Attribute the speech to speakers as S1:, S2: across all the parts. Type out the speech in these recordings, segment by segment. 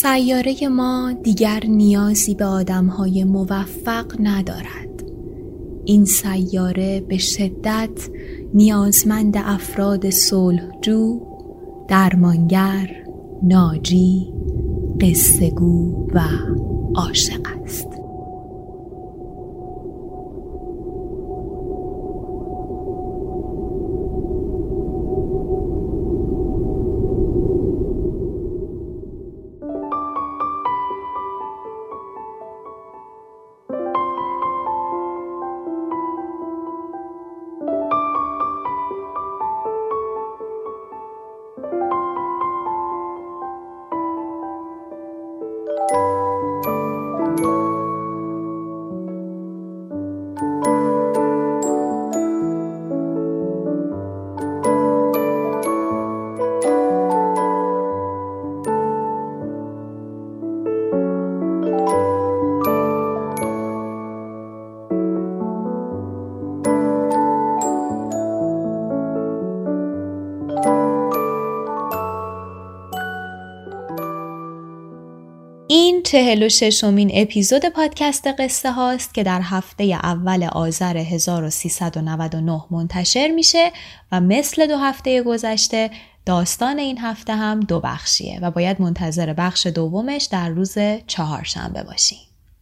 S1: سیاره ما دیگر نیازی به آدم‌های موفق ندارد. این سیاره به شدت نیازمند افراد صلحجو، درمانگر، ناجی، قصه‌گو و عاشق است. این 46مین اپیزود پادکست قصه هاست که در هفته اول آذر 1399 منتشر میشه و مثل 2 هفته گذشته داستان این هفته هم 2 بخشیه و باید منتظر بخش دومش در روز 4شنبه باشیم.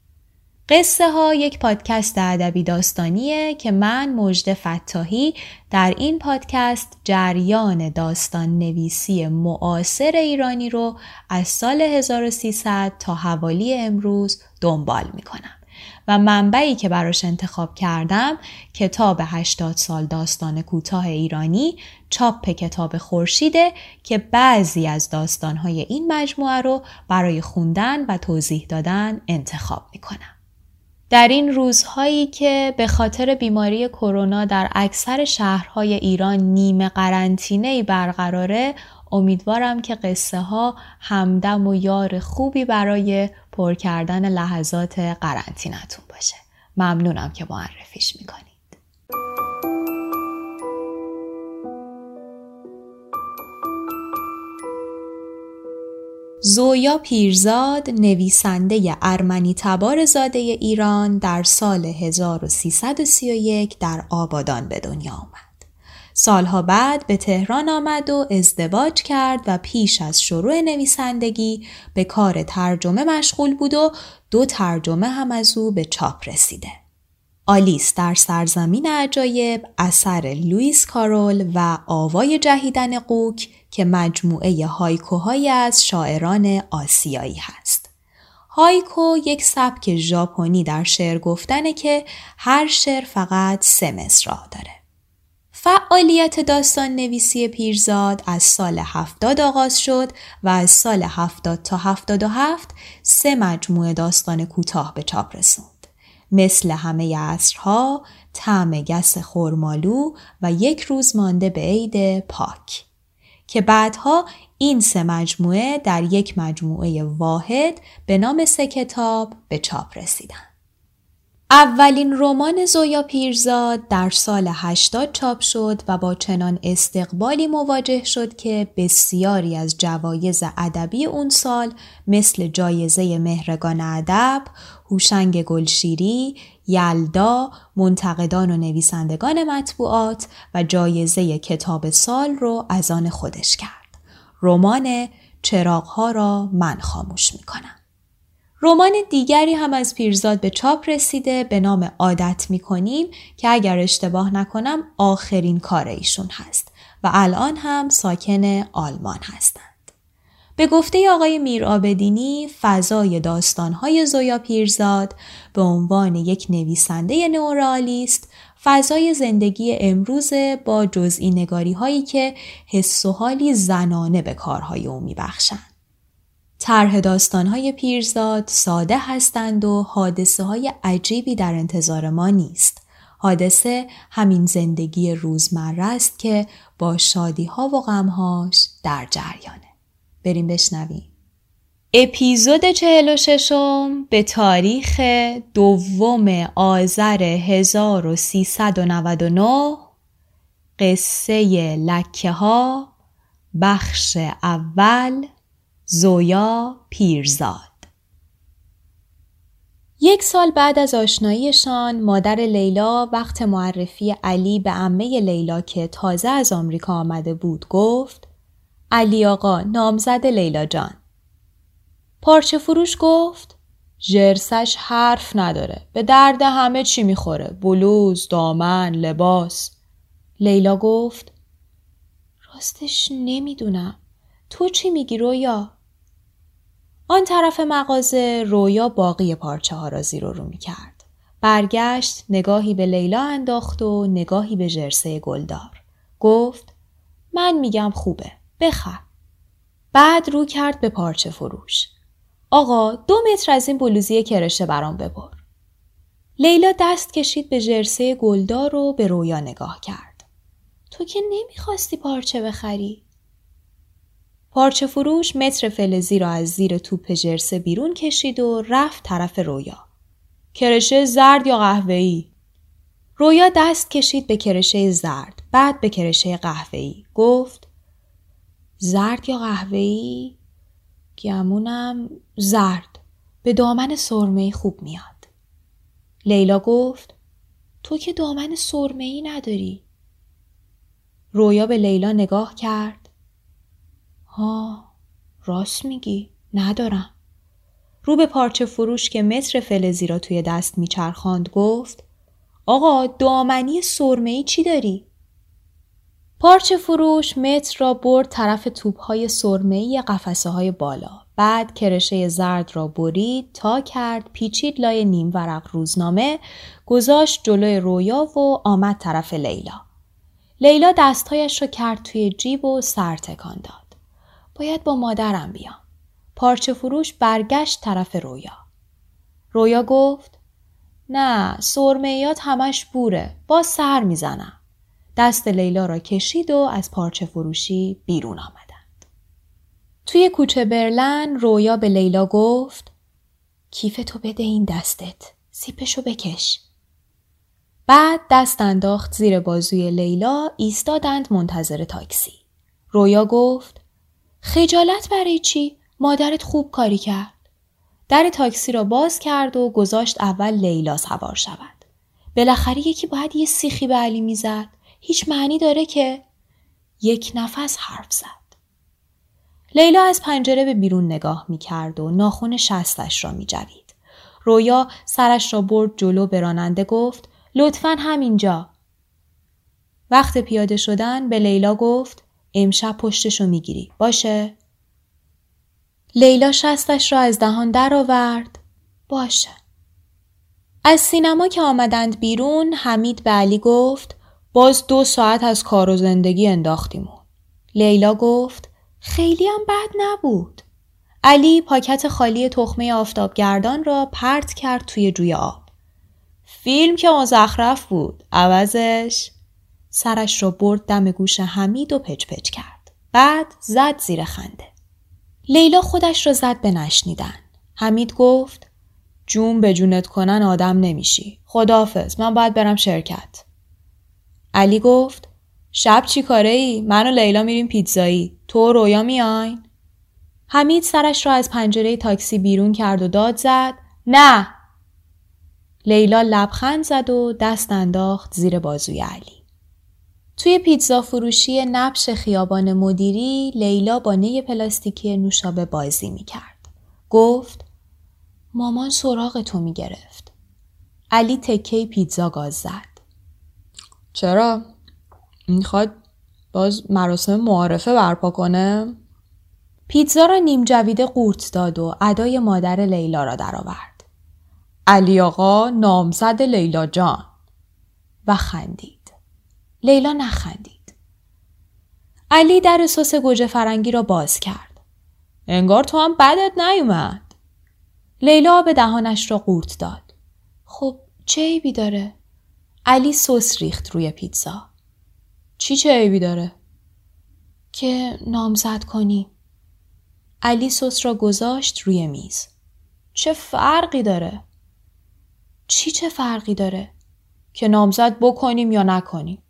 S1: قصه ها یک پادکست ادبی داستانیه که من مژده فتاحی در این پادکست جریان داستان نویسی معاصر ایرانی رو از سال 1300 تا حوالی امروز دنبال میکنم و منبعی که براش انتخاب کردم کتاب 80 سال داستان کوتاه ایرانی چاپ کتاب خورشیده که بعضی از داستانهای این مجموعه رو برای خوندن و توضیح دادن انتخاب میکنم. در این روزهایی که به خاطر بیماری کرونا در اکثر شهرهای ایران نیمه قرنطینه‌ای برقراره، امیدوارم که قصه ها همدم و یار خوبی برای پر کردن لحظات قرنطینه‌تون باشه. ممنونم که معرفیش میکنید. زویا پیرزاد نویسنده ارمنی تبار زاده ایران در سال 1331 در آبادان به دنیا آمد. سالها بعد به تهران آمد و ازدواج کرد و پیش از شروع نویسندگی به کار ترجمه مشغول بود و 2 ترجمه هم از او به چاپ رسیده. آلیس در سرزمین عجایب اثر لوئیس کارول و آوای جهیدن قوک که مجموعه هایکوهایی از شاعران آسیایی هست. هایکو یک سبک ژاپنی در شعر گفتنه که هر شعر فقط 3 مصرع داره. فعالیت داستان نویسی پیرزاد از سال 70 آغاز شد و از سال 70 تا 77 3 مجموعه داستان کوتاه به چاپ رسوند. مثل همه عصرها، طعم گس خرمالو و 1 روز مانده به عید پاک که بعدها این 3 مجموعه در یک مجموعه واحد به نام 3 کتاب به چاپ رسیدن. اولین رمان زویا پیرزاد در سال 80 چاپ شد و با چنان استقبالی مواجه شد که بسیاری از جوایز ادبی اون سال مثل جایزه مهرگان ادب، هوشنگ گلشیری، یلدا، منتقدان و نویسندگان مطبوعات و جایزه کتاب سال رو از آن خودش کرد. رمان چراغ‌ها را من خاموش می‌کنم. رمان دیگری هم از پیرزاد به چاپ رسیده به نام عادت می‌کنیم که اگر اشتباه نکنم آخرین کار ایشون هست و الان هم ساکن آلمان هستند. به گفته آقای میرعابدینی فضای داستان‌های زویا پیرزاد به عنوان یک نویسنده نئورئالیست فضای زندگی امروز با جزئی نگاری‌هایی که حس و حالی زنانه به کارهای او می‌بخشند. طرح داستان‌های پیرزاد ساده هستند و حادثه‌های عجیبی در انتظار ما نیست. حادثه همین زندگی روزمره است که با شادی‌ها و غم‌هاش در جریانه. بریم بشنویم. اپیزود 46 به تاریخ 2 آذر 1399 قصه لکه ها بخش اول زویا پیرزاد. 1 سال بعد از آشناییشان، مادر لیلا وقت معرفی علی به عمه لیلا که تازه از آمریکا آمده بود گفت: علی آقا نامزد لیلا جان. پارچه فروش گفت: جرسش حرف نداره، به درد همه چی میخوره، بلوز، دامن، لباس. لیلا گفت: راستش نمیدونم، تو چی میگی رویا؟ آن طرف مغازه رویا باقی پارچه ها را زیر و رو میکرد. برگشت، نگاهی به لیلا انداخت و نگاهی به جرسه گلدار. گفت: من میگم خوبه، بخر. بعد رو کرد به پارچه فروش. آقا 2 متر از این بلوزی کرشه برام ببر. لیلا دست کشید به جرسه گلدار و به رویا نگاه کرد. تو که نمیخواستی پارچه بخری؟ پارچه فروش متر فلزی را از زیر توپ جرسه بیرون کشید و رفت طرف رویا. کرشه زرد یا قهوه‌ای؟ رویا دست کشید به کرشه زرد، بعد به کرشه قهوه‌ای. گفت: زرد یا قهوه‌ای؟ گمونم زرد. به دامن سرمه‌ای خوب میاد. لیلا گفت: تو که دامن سرمه‌ای نداری. رویا به لیلا نگاه کرد. راست میگی، ندارم. رو به پارچه فروش که متر فلزی را توی دست میچرخاند گفت: آقا دامنی سرمه‌ای چی داری؟ پارچه فروش متر را برد طرف توپ‌های سرمه‌ای قفسه های بالا. بعد کرشه زرد را برید، تا کرد، پیچید لای نیم ورق روزنامه، گذاشت جلوی رویا و آمد طرف لیلا. لیلا دستهایش را کرد توی جیب و سر تکان داد. باید با مادرم بیام. پارچه فروش برگشت طرف رویا. رویا گفت: نه، سرمه‌ایات همش بوره، با سر میزنم. دست لیلا را کشید و از پارچه فروشی بیرون آمدند. توی کوچه برلن رویا به لیلا گفت: کیفتو بده این دستت، سیپشو بکش. بعد دست انداخت زیر بازوی لیلا، ایستادند منتظر تاکسی. رویا گفت: خجالت برای چی؟ مادرت خوب کاری کرد. در تاکسی را باز کرد و گذاشت اول لیلا سوار شود. بالاخره یکی باید یه سیخی به علی میزد. هیچ معنی داره که؟ 1 نفس حرف زد. لیلا از پنجره به بیرون نگاه میکرد و ناخن شستش را میجوید. رویا سرش را برد جلو، به راننده گفت: لطفاً همینجا. وقت پیاده شدن به لیلا گفت: امشب پشتشو میگیری، باشه؟ لیلا شستش را از دهان در آورد. باشه. از سینما که آمدند بیرون، حمید به علی گفت: باز 2 ساعت از کار و زندگی انداختیمون. لیلا گفت: خیلی هم بد نبود. علی پاکت خالی تخمه آفتابگردان را پرت کرد توی جوی آب. فیلم که مزخرف بود، عوضش سرش را برد دم گوش حمید و پچ پچ کرد. بعد زد زیر خنده. لیلا خودش را زد به نشنیدن. حمید گفت: جون به جونت کنن آدم نمیشی. خداحافظ، من باید برم شرکت. علی گفت: شب چی کاره ای؟ من و لیلا میریم پیتزایی. تو و رویا میاین؟ حمید سرش را از پنجره تاکسی بیرون کرد و داد زد: نه. لیلا لبخند زد و دست انداخت زیر بازوی علی. توی پیتزا فروشی نبش خیابان مدیری، لیلا با نی پلاستیکی نوشابه بازی میکرد. گفت: مامان سراغ تو میگرفت. علی تکه پیتزا گاز زد. چرا؟ میخواد باز مراسم معارفه برپا کنه؟ پیتزا را نیم جویده قورت داد و ادای مادر لیلا را درآورد. علی آقا نامزد لیلا جان. و خندید. لیلا نخندید. علی در سس گوجه فرنگی را باز کرد. انگار تو هم بدت نیومد. لیلا به دهانش را قورت داد. خب چه عیبی داره؟ علی سس ریخت روی پیتزا. چه عیبی داره؟ که نامزد کنی. علی سس را گذاشت روی میز. چه فرقی داره؟ چه فرقی داره؟ که نامزد بکنیم یا نکنیم.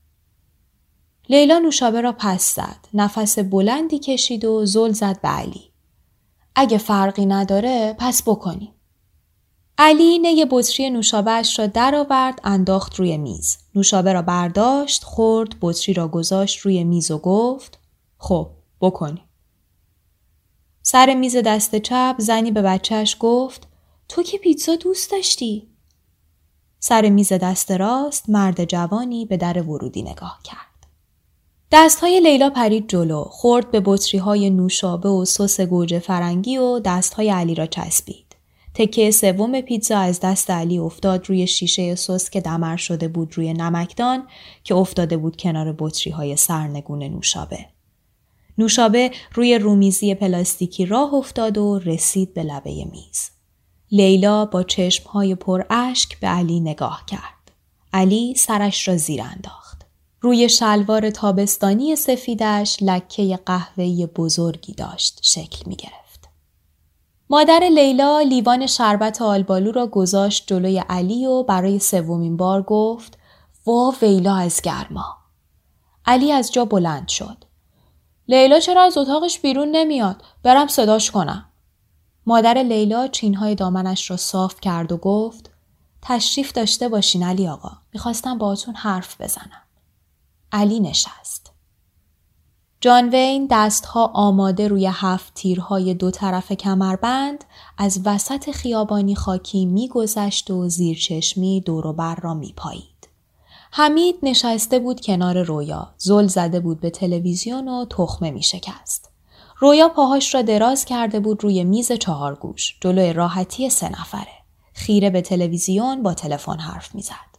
S1: لیلا نوشابه را پس زد. نفس بلندی کشید و زل زد به علی. اگه فرقی نداره پس بکنیم. علی نی بطری نوشابه‌اش را درآورد، انداخت روی میز. نوشابه را برداشت، خورد، بطری را گذاشت روی میز و گفت خب بکنیم. سر میز دست چپ زنی به بچهش گفت تو که پیتزا دوست داشتی؟ سر میز دست راست مرد جوانی به در ورودی نگاه کرد. دستهای لیلا پرید جلو، خورد به بطریهای نوشابه و سس گوجه فرنگی و دستهای علی را چسبید. تکه سوم پیتزا از دست علی افتاد روی شیشه سس که دمر شده بود روی نمکدان که افتاده بود کنار بطریهای سرنگون نوشابه. نوشابه روی رومیزی پلاستیکی راه افتاد و رسید به لبه میز. لیلا با چشمهای پر اشک به علی نگاه کرد. علی سرش را زیر انداخت. روی شلوار تابستانی سفیدش لکه قهوه‌ای بزرگی داشت شکل می گرفت. مادر لیلا لیوان شربت آلبالو را گذاشت جلوی علی و برای سومین بار گفت وا ویلا از گرما. علی از جا بلند شد. لیلا چرا از اتاقش بیرون نمیاد؟ برم صداش کنم. مادر لیلا چینهای دامنش را صاف کرد و گفت تشریف داشته باشین علی آقا. میخواستم باهاتون حرف بزنم. علی نشست. جان وین دستها آماده روی 7 تیرهای 2 طرف کمربند از وسط خیابانی خاکی میگذشت و زیر چشمی دور و بر را میپایید. حمید نشسته بود کنار رویا، زل زده بود به تلویزیون و تخمه میشکست. رویا پاهاش را دراز کرده بود روی میز 4 گوش، جلوی راحتی 3 نفره. خیره به تلویزیون با تلفن حرف میزد.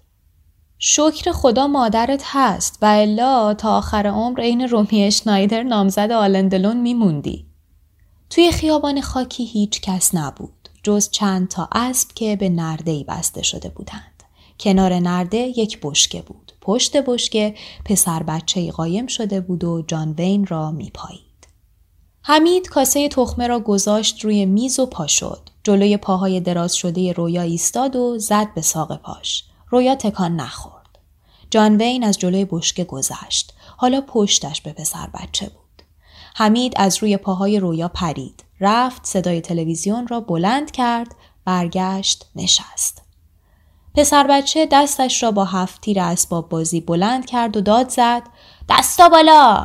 S1: شکر خدا مادرت هست و الا تا آخر عمر عین رومی اشنایدر نامزد آلندلون میموندی. توی خیابان خاکی هیچ کس نبود جز چند تا اسب که به نرده‌ای بسته شده بودند. کنار نرده یک بشکه بود. پشت بشکه پسر بچه‌ای قایم شده بود و جان وین را میپایید. حمید کاسه تخمه را گذاشت روی میز و پا شد. جلوی پاهای دراز شده رویا ایستاد و زد به ساق پاش. رویا تکان نخورد. جان وین از جلوی بشکه گذشت. حالا پشتش به پسر بچه بود. حمید از روی پاهای رویا پرید. رفت صدای تلویزیون را بلند کرد. برگشت نشست. پسر بچه دستش را با 7 تیر اسباب بازی بلند کرد و داد زد دستا بالا.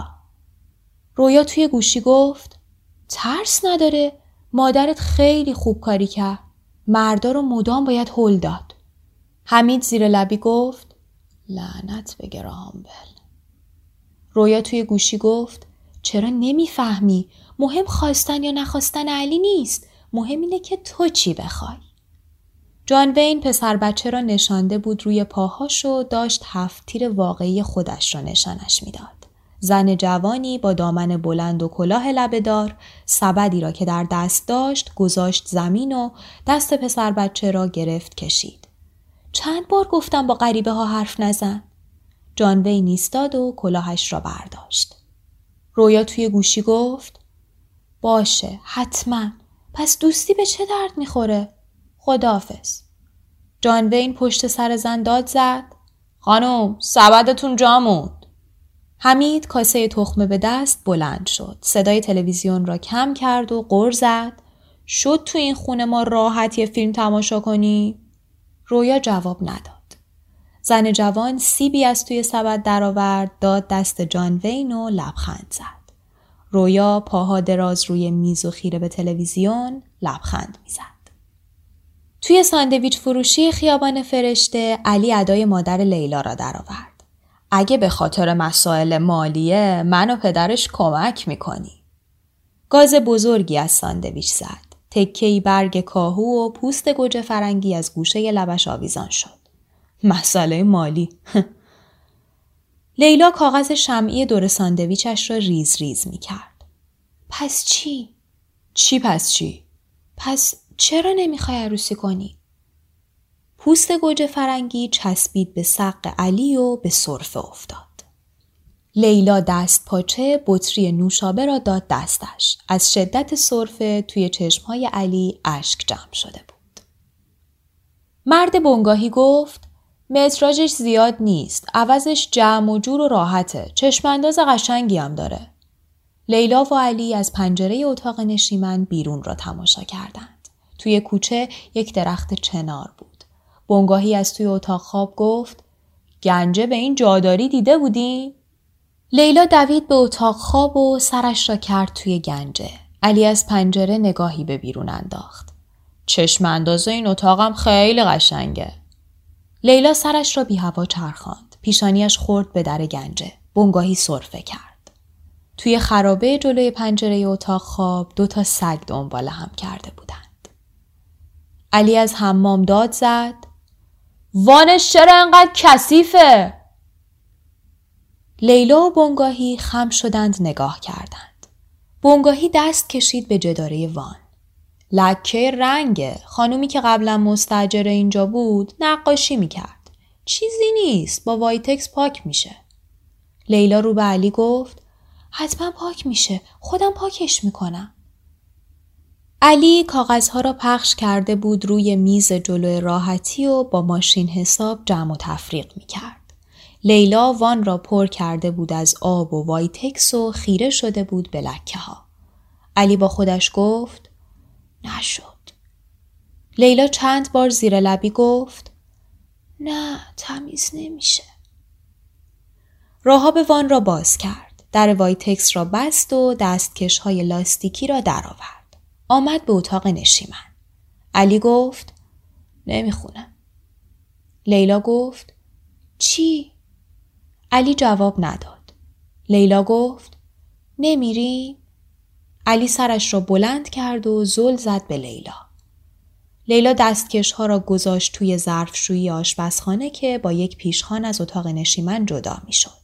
S1: رویا توی گوشی گفت ترس نداره. مادرت خیلی خوب کاری کرد. مردا رو مدام باید هل داد. حمید زیر لبی گفت لعنت به گراهام بل. رویا توی گوشی گفت چرا نمیفهمی؟ مهم خواستن یا نخواستن علی نیست. مهم اینه که تو چی بخوای. جان وین پسر بچه را نشانده بود روی پاهاش و داشت 7 تیر واقعی خودش را نشانش میداد. زن جوانی با دامن بلند و کلاه لبه‌دار سبدی را که در دست داشت گذاشت زمین و دست پسر بچه را گرفت کشید. چند بار گفتم با غریبه ها حرف نزن. جان وین ایستاد و کلاهش را برداشت. رویا توی گوشی گفت باشه حتما. پس دوستی به چه درد میخوره؟ خداحافظ. جان وین پشت سر زن داد زد خانم سبدتون جا موند. حمید کاسه تخمه به دست بلند شد. صدای تلویزیون را کم کرد و غر زد شد تو این خونه ما راحت یه فیلم تماشا کنی؟ رویا جواب نداد. زن جوان سیبی از توی سبد درآورد داد دست جان وین و لبخند زد. رویا پاها دراز روی میز و خیره به تلویزیون لبخند میزد. توی ساندویچ فروشی خیابان فرشته علی ادای مادر لیلا را درآورد. اگه به خاطر مسائل مالیه من و پدرش کمک میکنی. گاز بزرگی از ساندویچ زد. تکه‌ای برگ کاهو و پوست گوجه فرنگی از گوشه لبش آویزان شد. مسئله مالی. لیلا کاغذ شمعی دور ساندویچش را ریز ریز میکرد. پس چی؟ چی پس چی؟ پس چرا نمیخوای عروسی کنی؟ پوست گوجه فرنگی چسبید به سق علی و به سرفه افتاد. لیلا دست پاچه بطری نوشابه را داد دستش. از شدت سرفه توی چشمهای علی اشک جمع شده بود. مرد بنگاهی گفت متراژش زیاد نیست. عوضش جمع و جور و راحته. چشم انداز قشنگی هم داره. لیلا و علی از پنجره اتاق نشیمن بیرون را تماشا کردند. توی کوچه یک درخت چنار بود. بنگاهی از توی اتاق خواب گفت: گنجه به این جاداری دیده بودی؟ لیلا دوید به اتاق خواب و سرش را کرد توی گنجه. علی از پنجره نگاهی به بیرون انداخت. چشم انداز این اتاقم خیلی قشنگه. لیلا سرش را بی هوا چرخاند. پیشانیش خورد به در گنجه. بنگاهی سرفه کرد. توی خرابه جلوی پنجره اتاق خواب 2 سگ دنبال هم کرده بودند. علی از حمام داد زد: وانش چرا انقدر کثیفه؟ لیلا و بنگاهی خم شدند نگاه کردند. بنگاهی دست کشید به جداره وان. لکه رنگه. خانومی که قبلا مستاجر اینجا بود نقاشی میکرد. چیزی نیست، با وایتکس پاک میشه. لیلا رو به علی گفت: حتما پاک میشه، خودم پاکش میکنم. علی کاغذها را پخش کرده بود روی میز جلوی راحتی و با ماشین حساب جمع و تفریق میکرد. لیلا وان را پر کرده بود از آب و وایتکس و خیره شده بود به لکه ها. علی با خودش گفت: نشد. لیلا چند بار زیر لبی گفت: نه، تمیز نمیشه. راهاب وان را باز کرد. در وایتکس را بست و دستکش های لاستیکی را درآورد. آمد به اتاق نشیمن. علی گفت: نمیخونم. لیلا گفت: چی؟ علی جواب نداد. لیلا گفت: نمیری؟ علی سرش را بلند کرد و زل زد به لیلا. لیلا دستکش ها را گذاشت توی ظرفشویی آشپزخانه که با یک پیشخوان از اتاق نشیمن جدا می شد.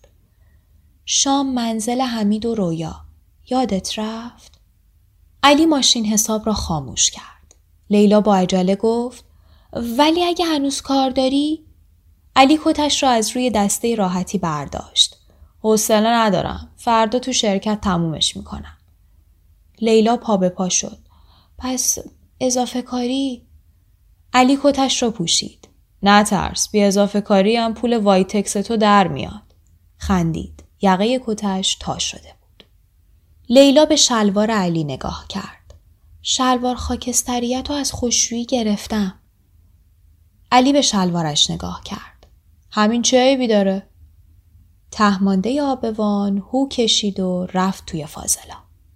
S1: شام منزل حمید و رویا. یادت رفت؟ علی ماشین حساب را خاموش کرد. لیلا با عجله گفت: ولی اگه هنوز کار داری؟ علی کتش را از روی دسته راحتی برداشت. حوصله ندارم. فردا تو شرکت تمومش میکنم. لیلا پا به پا شد. پس اضافه کاری؟ علی کتش را پوشید. نه ترس، بی اضافه کاری هم پول وایتکس تو در میاد. خندید. یقه کتش تا شده بود. لیلا به شلوار علی نگاه کرد. شلوار خاکستریت رو از خشکشویی گرفتم. علی به شلوارش نگاه کرد. همین چه عیبی داره؟ تهمانده آبوان هو کشید و رفت توی فاضلا.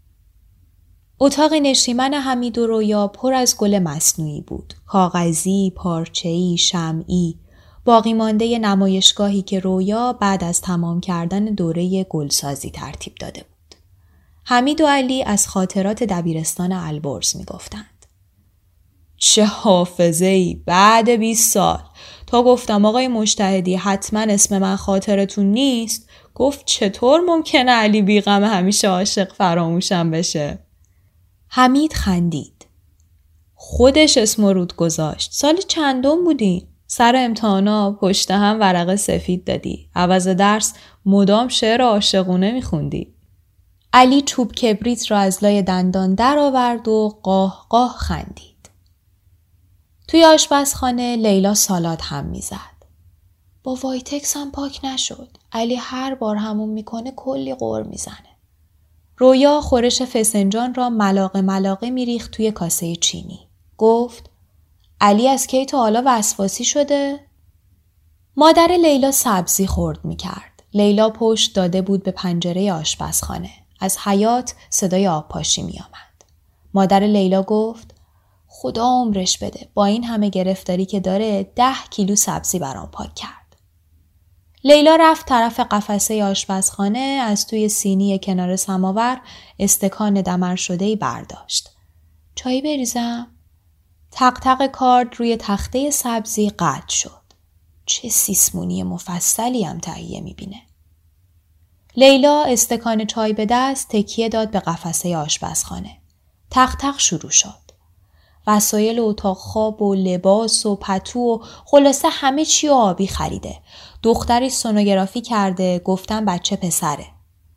S1: اتاق نشیمن حمید و رویا پر از گل مصنوعی بود. کاغذی، پارچه‌ای، شمعی، باقی مانده نمایشگاهی که رویا بعد از تمام کردن دوره گلسازی ترتیب داده بود. حمید و علی از خاطرات دبیرستان البرز می گفتند. چه حافظه‌ای بعد 20 سال. تا گفتم آقای مجتهدی حتما اسم من خاطرتون نیست، گفت چطور ممکنه علی بیغم همیشه عاشق فراموشم بشه؟ حمید خندید. خودش اسم رود گذاشت. سال چندم بودین؟ سر امتحانا پشت هم ورقه سفید دادی. عوض درس مدام شعر عاشقونه میخوندی. علی چوب کبریت را از لای دندان در آورد و قاه قاه خندید. توی آشپزخانه لیلا سالاد هم میزد. با وایتکس هم پاک نشد. علی هر بار همون میکنه کلی غر میزنه. رویا خورش فسنجان را ملاقه ملاقه میریخت توی کاسه چینی. گفت: علی از کی تا حالا وسواسی شده؟ مادر لیلا سبزی خورد میکرد. لیلا پشت داده بود به پنجره آشپزخانه. از حیاط صدای آبپاشی میآمد. مادر لیلا گفت: خدا عمرش بده. با این همه گرفتاری که داره 10 کیلو سبزی برام پاک کرد. لیلا رفت طرف قفسه آشپزخانه، از توی سینی کنار سماور استکان دمر شده‌ای برداشت. چای بریزم؟ تق تق کارد روی تخته سبزی قطع شد. چه سیسمونی مفصلی هم تهیه میبینه. لیلا استکان چای به دست تکیه داد به قفسه آشپزخانه. تق تق شروع شد. وسایل اتاق خواب و لباس و پتو و خلاصه همه چی آبی خریده. دختری سونوگرافی کرده، گفتن بچه پسره.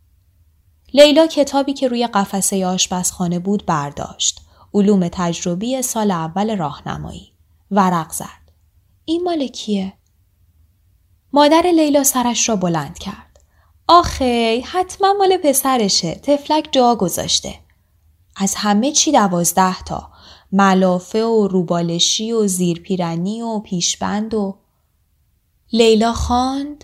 S1: لیلا کتابی که روی قفسه آشپزخانه بود برداشت. علوم تجربی سال اول راهنمایی. ورق زد. این مال کیه؟ مادر لیلا سرش را بلند کرد. آخی حتما مال پسرشه، طفلک جا گذاشته. از همه چی 12 تا، ملافه و روبالشی و زیرپیرنی و پیشبند و. لیلا خواند: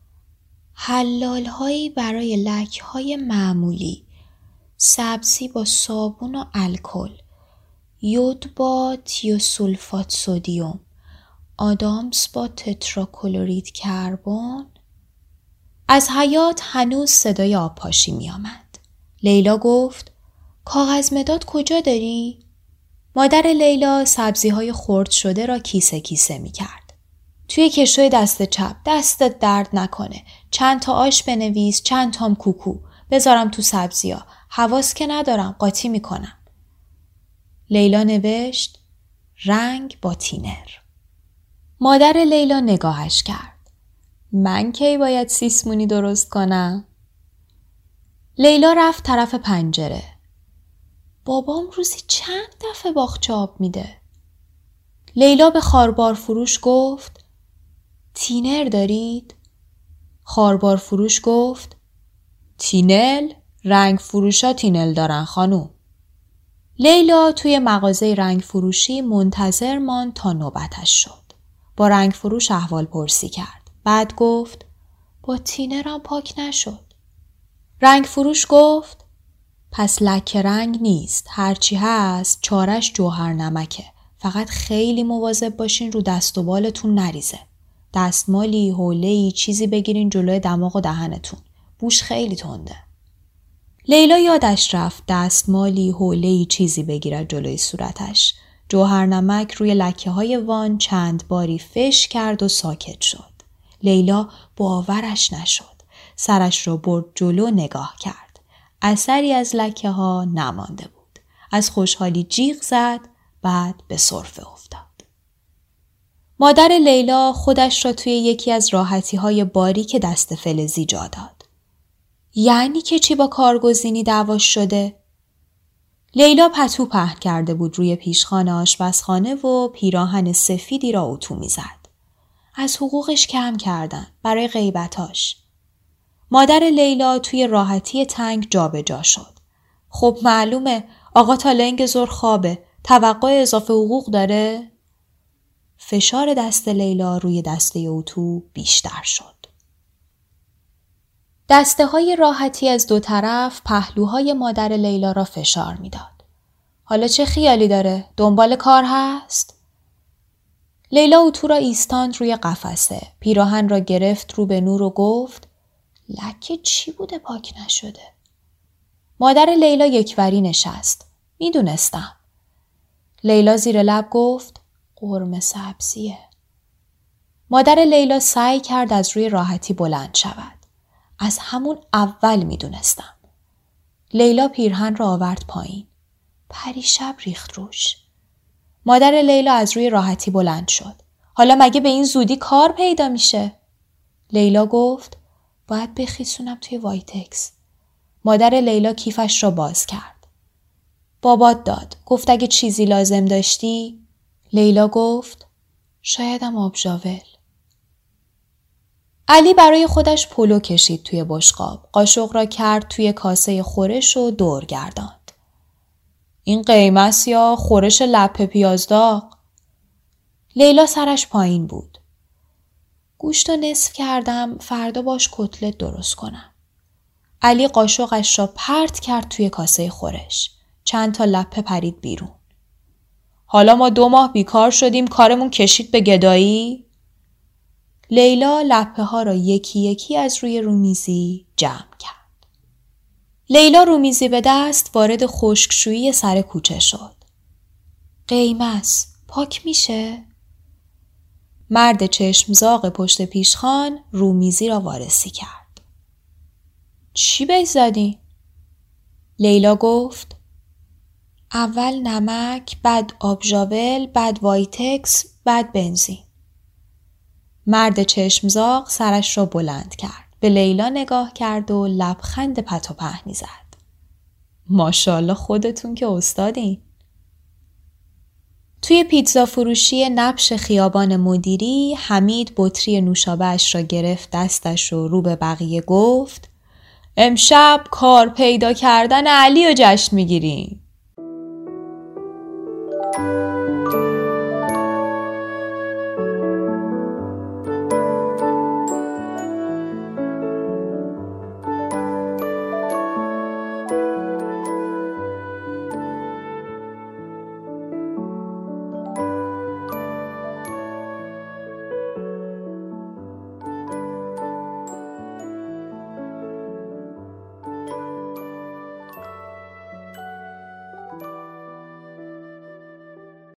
S1: حلال‌هایی برای لک‌های معمولی، سبزی با صابون و الکل، یود با تیوسولفات سدیم، آدامس با تتراکلورید کربن. از حیاط هنوز صدای آبپاشی می آمد. لیلا گفت: کاغذ مداد کجا داری؟ مادر لیلا سبزی‌های خرد شده را کیسه کیسه می کرد. توی کشوی دست چپ، دستت درد نکنه. چند تا آش بنویس، چند تام کوکو. بذارم تو سبزی‌ها. حواس که ندارم، قاطی می کنم. لیلا نوشت: رنگ با تینر. مادر لیلا نگاهش کرد. من کی باید سیسمونی درست کنم؟ لیلا رفت طرف پنجره. بابام روزی چند دفعه باغچه آب میده؟ لیلا به خاربار فروش گفت: تینر دارید؟ خاربار فروش گفت: تینل؟ رنگ فروشا تینل دارن خانوم. لیلا توی مغازه رنگ فروشی منتظر ماند تا نوبتش شد. با رنگ فروش احوال پرسی کرد. بعد گفت: با تینرم پاک نشد. رنگ فروش گفت: پس لکه رنگ نیست. هرچی هست چارش جوهر نمکه. فقط خیلی مواظب باشین رو دست و بالتون نریزه. دستمالی، حوله‌ای، چیزی بگیرین جلوی دماغ و دهنتون. بوش خیلی تنده. لیلا یادش رفت دستمالی، حوله‌ای، چیزی بگیرد جلوی صورتش. جوهر نمک روی لکه های وان چند باری فش کرد و ساکت شد. لیلا باورش نشد. سرش را برد جلو نگاه کرد. اثری از لکه ها نمانده بود. از خوشحالی جیغ زد، بعد به سرفه افتاد. مادر لیلا خودش را توی یکی از راحتی های باریک دست فلزی جا داد. یعنی که چی با کارگزینی دعواش شده؟ لیلا پتو پهن کرده بود روی پیشخان آشپزخانه و پیراهن سفیدی را اتو می‌زد. از حقوقش کم کردن برای غیبتاش. مادر لیلا توی راحتی تنگ جابجا شد. خب معلومه آقا تا لنگ ظهر خوابه. توقع اضافه حقوق داره؟ فشار دست لیلا روی دسته اتو بیشتر شد. دسته های راحتی از دو طرف پهلوهای مادر لیلا را فشار میداد. حالا چه خیالی داره؟ دنبال کار هست؟ لیلا اتو را ایستاند روی قفسه. پیراهن را گرفت رو به نور و گفت: لکه چی بوده پاک نشده؟ مادر لیلا یکوری نشست. میدونستم. لیلا زیر لب گفت: قرمه سبزیه. مادر لیلا سعی کرد از روی راحتی بلند شود. از همون اول میدونستم. لیلا پیرهن را آورد پایین. پریشب ریخت روش. مادر لیلا از روی راحتی بلند شد. حالا مگه به این زودی کار پیدا میشه؟ لیلا گفت: باید بخیسونم توی وایتکس. مادر لیلا کیفش را باز کرد. بابات داد. گفت اگه چیزی لازم داشتی؟ لیلا گفت: شایدم آبژاول. علی برای خودش پلو کشید توی بشقاب. قاشق را کرد توی کاسه خورش و دور گرداند. این قیمس یا خورش لپه پیازداغ؟ لیلا سرش پایین بود. گوشت رو نصف کردم، فردا باش کتلت درست کنم. علی قاشقش را پرت کرد توی کاسه خورش. چند تا لپه پرید بیرون. حالا ما 2 ماه بیکار شدیم، کارمون کشید به گدایی؟ لیلا لپه ها را یکی یکی از روی رومیزی جمع کرد. لیلا رومیزی به دست وارد خشکشویی سر کوچه شد. قیمس پاک میشه؟ مرد چشمزاغ پشت پیشخان رومیزی را وارسی کرد. چی بهش زدی؟ لیلا گفت: اول نمک، بعد آبژاول، بعد وایتکس، بعد بنزین. مرد چشمزاغ سرش را بلند کرد. به لیلا نگاه کرد و لبخند پت و پهنی زد. ماشاءالله خودتون که استادین. توی پیتزا فروشی نبش خیابان مدیری حمید بطری نوشابه‌اش را گرفت دستش و رو به بقیه گفت امشب کار پیدا کردن علی رو جشن میگیریم.